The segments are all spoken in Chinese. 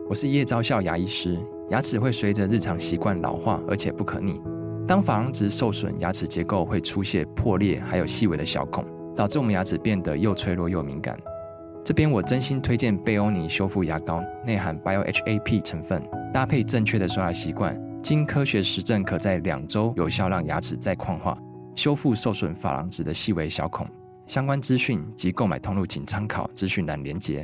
我是叶昭孝牙医师。牙齿会随着日常习惯老化，而且不可逆。当珐琅质受损，牙齿结构会出现破裂，还有细微的小孔，导致我们牙齿变得又脆弱又敏感。这边我真心推荐贝欧尼修复牙膏，内含 BioHAP 成分，搭配正确的刷牙习惯，经科学实证可在2周有效让牙齿再矿化，修复受损珐琅质的细微小孔。相关资讯及购买通路请参考资讯栏连结。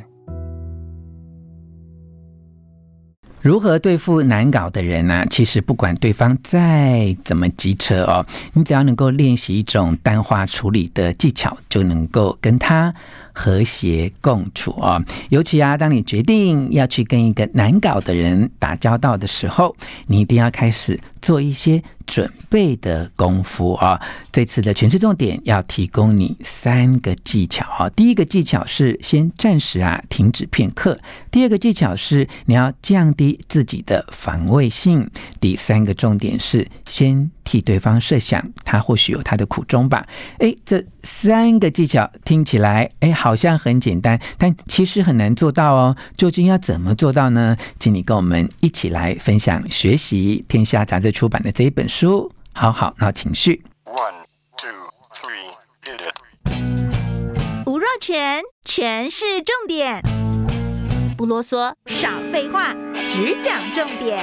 如何对付难搞的人啊？其实不管对方再怎么机车哦，你只要能够练习一种淡化处理的技巧，就能够跟他和谐共处哦。尤其啊，当你决定要去跟一个难搞的人打交道的时候，你一定要开始做一些准备的功夫哦。这次的诠释重点要提供你3个技巧哦。第一个技巧是先暂时停止片刻，第二个技巧是你要降低自己的防卫性，第3个重点是先替对方设想他或许有他的苦衷吧。这3个技巧听起来好像很简单，但其实很难做到哦。究竟要怎么做到呢？请你跟我们一起来分享学习天下杂志出版的这一本书好好闹情绪。 1, 2, 3, hit it。 吴若权，权是重点，不啰嗦，少废话，只讲重点。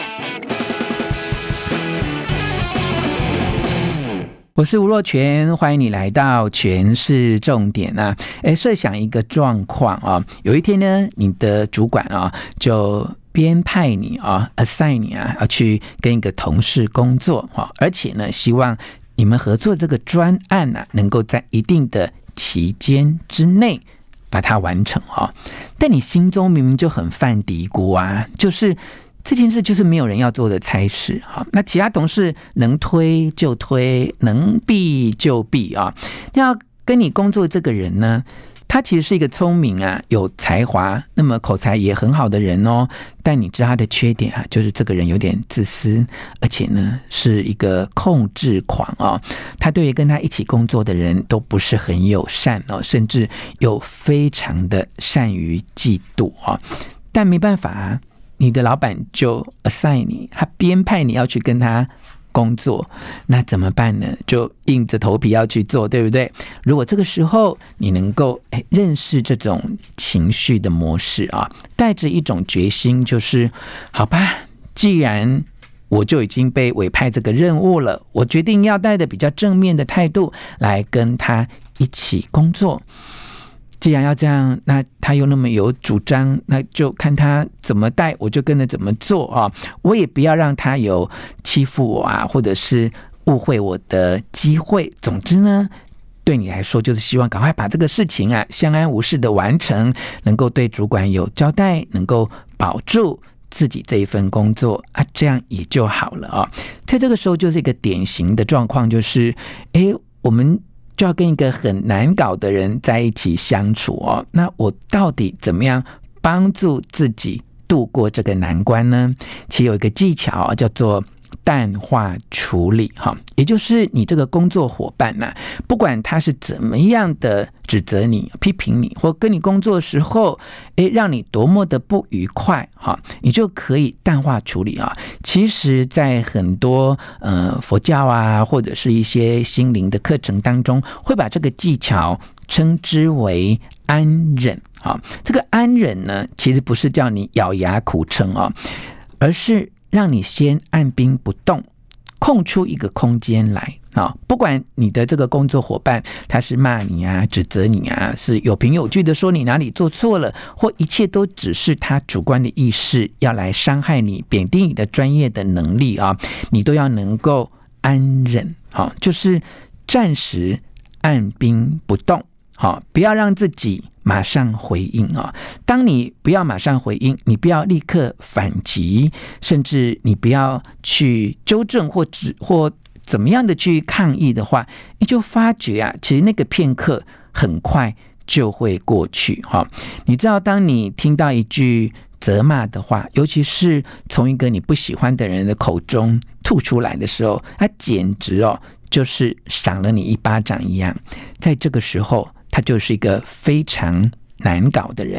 我是吴若权，欢迎你来到权是重点啊。设想一个状况啊，有一天呢，你的主管啊就编派你assign 你要去跟一个同事工作而且呢，希望你们合作这个专案能够在一定的期间之内把它完成但你心中明明就很犯嘀咕就是这件事就是没有人要做的差事那其他同事能推就推，能避就避要跟你工作这个人呢，他其实是一个聪明有才华，那么口才也很好的人但你知道他的缺点就是这个人有点自私，而且呢是一个控制狂他对于跟他一起工作的人都不是很友善甚至又非常的善于嫉妒但没办法你的老板就 assign 你，他编派你要去跟他工作，那怎么办呢？就硬着头皮要去做，对不对？如果这个时候你能够认识这种情绪的模式带着一种决心，就是好吧，既然我就已经被委派这个任务了，我决定要带着比较正面的态度来跟他一起工作。既然要这样，那他又那么有主张，那就看他怎么带，我就跟着怎么做我也不要让他有欺负我或者是误会我的机会。总之呢，对你来说就是希望赶快把这个事情相安无事的完成，能够对主管有交代，能够保住自己这一份工作这样也就好了在这个时候就是一个典型的状况，就是我们就要跟一个很难搞的人在一起相处那我到底怎么样帮助自己度过这个难关呢？其实有一个技巧叫做淡化处理也就是你这个工作伙伴不管他是怎么样的指责你、批评你，或跟你工作的时候让你多么的不愉快你就可以淡化处理其实在很多佛教或者是一些心灵的课程当中，会把这个技巧称之为安忍这个安忍呢，其实不是叫你咬牙苦撑而是让你先按兵不动，空出一个空间来不管你的这个工作伙伴他是骂你指责你是有凭有据的说你哪里做错了，或一切都只是他主观的意识要来伤害你、贬低你的专业的能力你都要能够安忍就是暂时按兵不动不要让自己马上回应当你不要马上回应，你不要立刻反击，甚至你不要去纠正或怎么样的去抗议的话，你就发觉其实那个片刻很快就会过去你知道，当你听到一句责骂的话，尤其是从一个你不喜欢的人的口中吐出来的时候，他简直就是赏了你一巴掌一样。在这个时候，他就是一个非常难搞的人，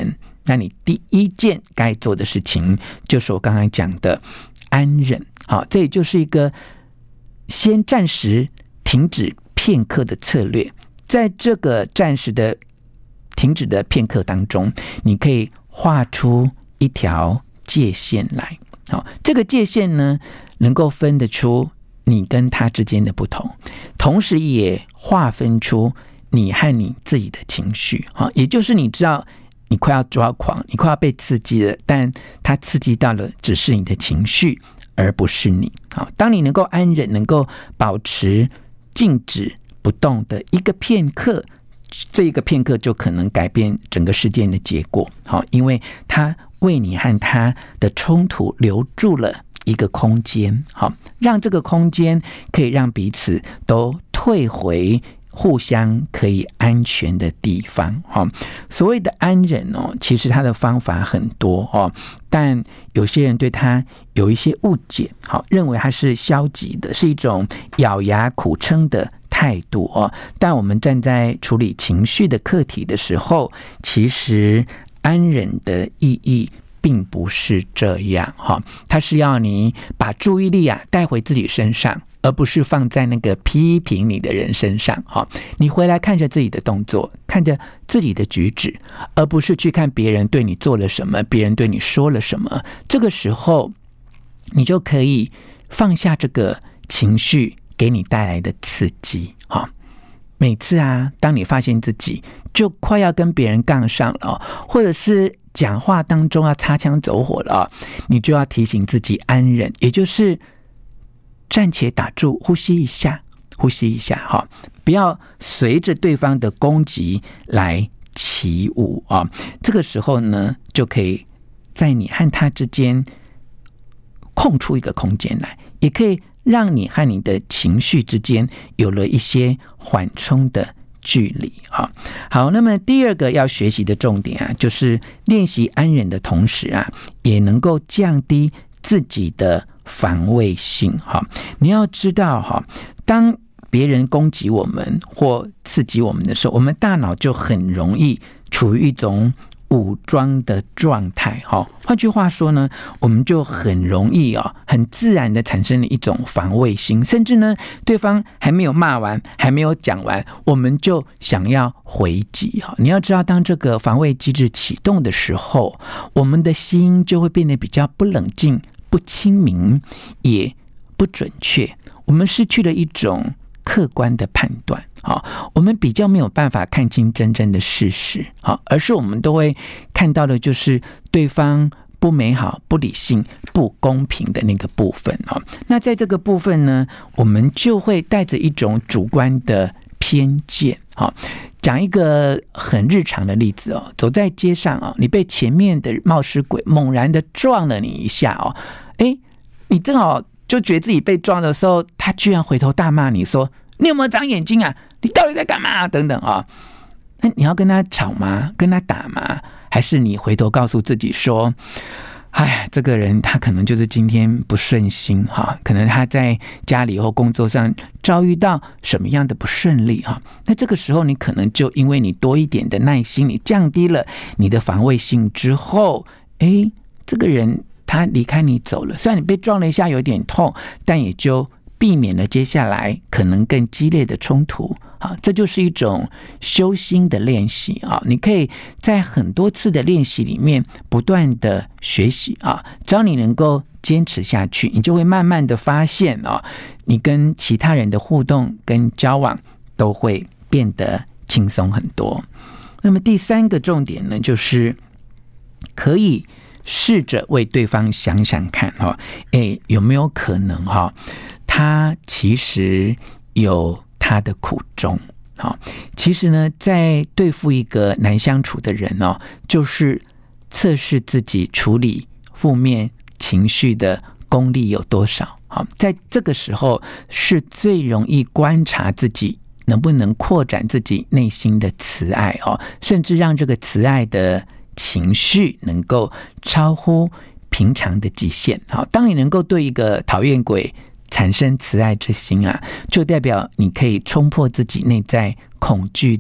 那你第一件该做的事情就是我刚才讲的安忍。好，这也就是一个先暂时停止片刻的策略。在这个暂时的停止的片刻当中，你可以画出一条界限来。好，这个界限呢，能够分得出你跟他之间的不同，同时也划分出你和你自己的情绪。好，也就是你知道你快要抓狂，你快要被刺激了，但它刺激到了只是你的情绪，而不是你。好，当你能够安忍，能够保持静止不动的一个片刻，这一个片刻就可能改变整个事件的结果。好，因为它为你和他的冲突留住了一个空间。好，让这个空间可以让彼此都退回互相可以安全的地方。所谓的安忍其实它的方法很多但有些人对它有一些误解，认为它是消极的，是一种咬牙苦撑的态度但我们站在处理情绪的课题的时候，其实安忍的意义并不是这样它是要你把注意力带回自己身上，而不是放在那个批评你的人身上。你回来看着自己的动作，看着自己的举止，而不是去看别人对你做了什么，别人对你说了什么。这个时候你就可以放下这个情绪给你带来的刺激。每次当你发现自己就快要跟别人杠上了或者是讲话当中要擦枪走火了你就要提醒自己安忍，也就是暂且打住，呼吸一下，不要随着对方的攻击来起舞这个时候呢，就可以在你和他之间空出一个空间来，也可以让你和你的情绪之间有了一些缓冲的距离。好，那么第二个要学习的重点就是练习安忍的同时也能够降低自己的防卫性。你要知道当别人攻击我们或刺激我们的时候，我们大脑就很容易处于一种武装的状态。换句话说呢，我们就很容易很自然的产生了一种防卫心，甚至呢对方还没有骂完，还没有讲完，我们就想要回击。你要知道，当这个防卫机制启动的时候，我们的心就会变得比较不冷静，不清明，也不准确，我们失去了一种客观的判断。我们比较没有办法看清真正的事实，而是我们都会看到的就是对方不美好、不理性、不公平的那个部分。那在这个部分呢，我们就会带着一种主观的偏见。讲一个很日常的例子走在街上你被前面的冒失鬼猛然的撞了你一下你正好就觉得自己被撞的时候，他居然回头大骂你说：“你有没有长眼睛啊？你到底在干嘛？”等等那你要跟他吵吗？跟他打吗？还是你回头告诉自己说：“哎，这个人他可能就是今天不顺心可能他在家里或工作上遭遇到什么样的不顺利那这个时候你可能就因为你多一点的耐心，你降低了你的防卫性之后，这个人他离开你走了，虽然你被撞了一下有点痛，但也就避免了接下来可能更激烈的冲突。这就是一种修心的练习你可以在很多次的练习里面不断的学习只要你能够坚持下去，你就会慢慢的发现你跟其他人的互动跟交往都会变得轻松很多。那么第三个重点呢，就是可以试着为对方想想看有没有可能他其实有他的苦衷。其实呢，在对付一个难相处的人就是测试自己处理负面情绪的功力有多少。在这个时候是最容易观察自己能不能扩展自己内心的慈爱甚至让这个慈爱的情绪能够超乎平常的极限。当你能够对一个讨厌鬼产生慈爱之心就代表你可以冲破自己内在恐惧的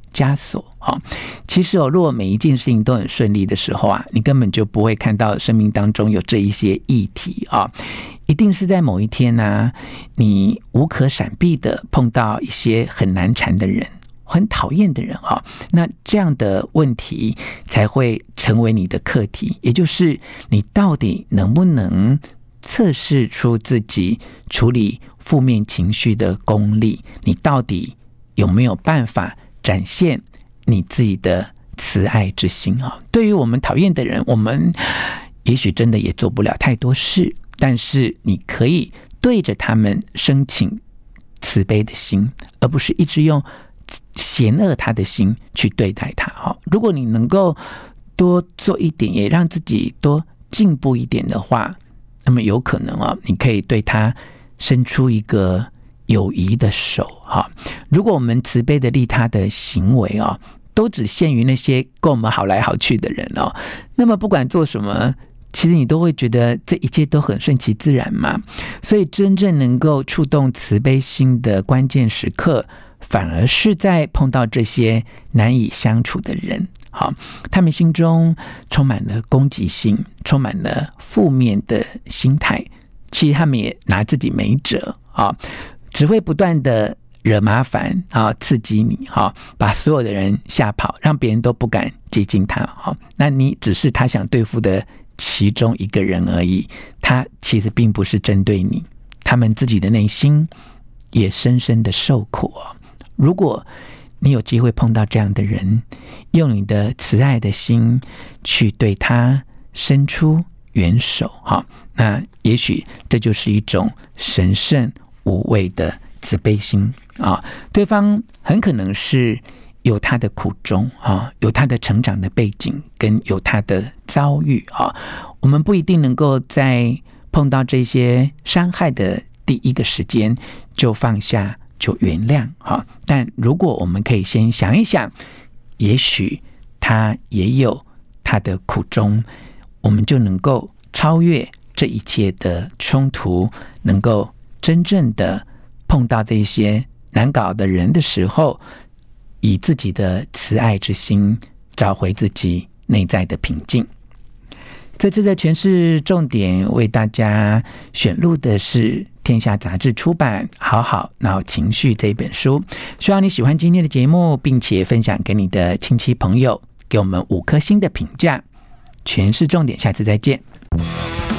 枷锁。其实如果每一件事情都很顺利的时候啊，你根本就不会看到生命当中有这一些议题啊，一定是在某一天啊，你无可闪避的碰到一些很难缠的人，很讨厌的人啊，那这样的问题才会成为你的课题，也就是你到底能不能测试出自己处理负面情绪的功力，你到底有没有办法展现你自己的慈爱之心啊？对于我们讨厌的人，我们也许真的也做不了太多事，但是你可以对着他们升起慈悲的心，而不是一直用嫌恶他的心去对待他。如果你能够多做一点，也让自己多进步一点的话，那么有可能你可以对他伸出一个友谊的手。如果我们慈悲的利他的行为都只限于那些跟我们好来好去的人那么不管做什么，其实你都会觉得这一切都很顺其自然嘛。所以真正能够触动慈悲心的关键时刻，反而是在碰到这些难以相处的人。他们心中充满了攻击性，充满了负面的心态，其实他们也拿自己没辙只会不断的惹麻烦刺激你把所有的人吓跑，让别人都不敢接近他那你只是他想对付的其中一个人而已，他其实并不是针对你，他们自己的内心也深深的受苦如果你有机会碰到这样的人，用你的慈爱的心去对他伸出援手那也许这就是一种神圣无畏的慈悲心对方很可能是有他的苦衷有他的成长的背景跟有他的遭遇我们不一定能够在碰到这些伤害的第一个时间就放下就原谅但如果我们可以先想一想，也许他也有他的苦衷，我们就能够超越这一切的冲突，能够真正的碰到这些难搞的人的时候，以自己的慈爱之心找回自己内在的平静。这次的诠释重点为大家选录的是天下杂志出版《好好闹情绪》这本书，希望你喜欢今天的节目，并且分享给你的亲戚朋友，给我们5颗星的评价。诠释重点，下次再见。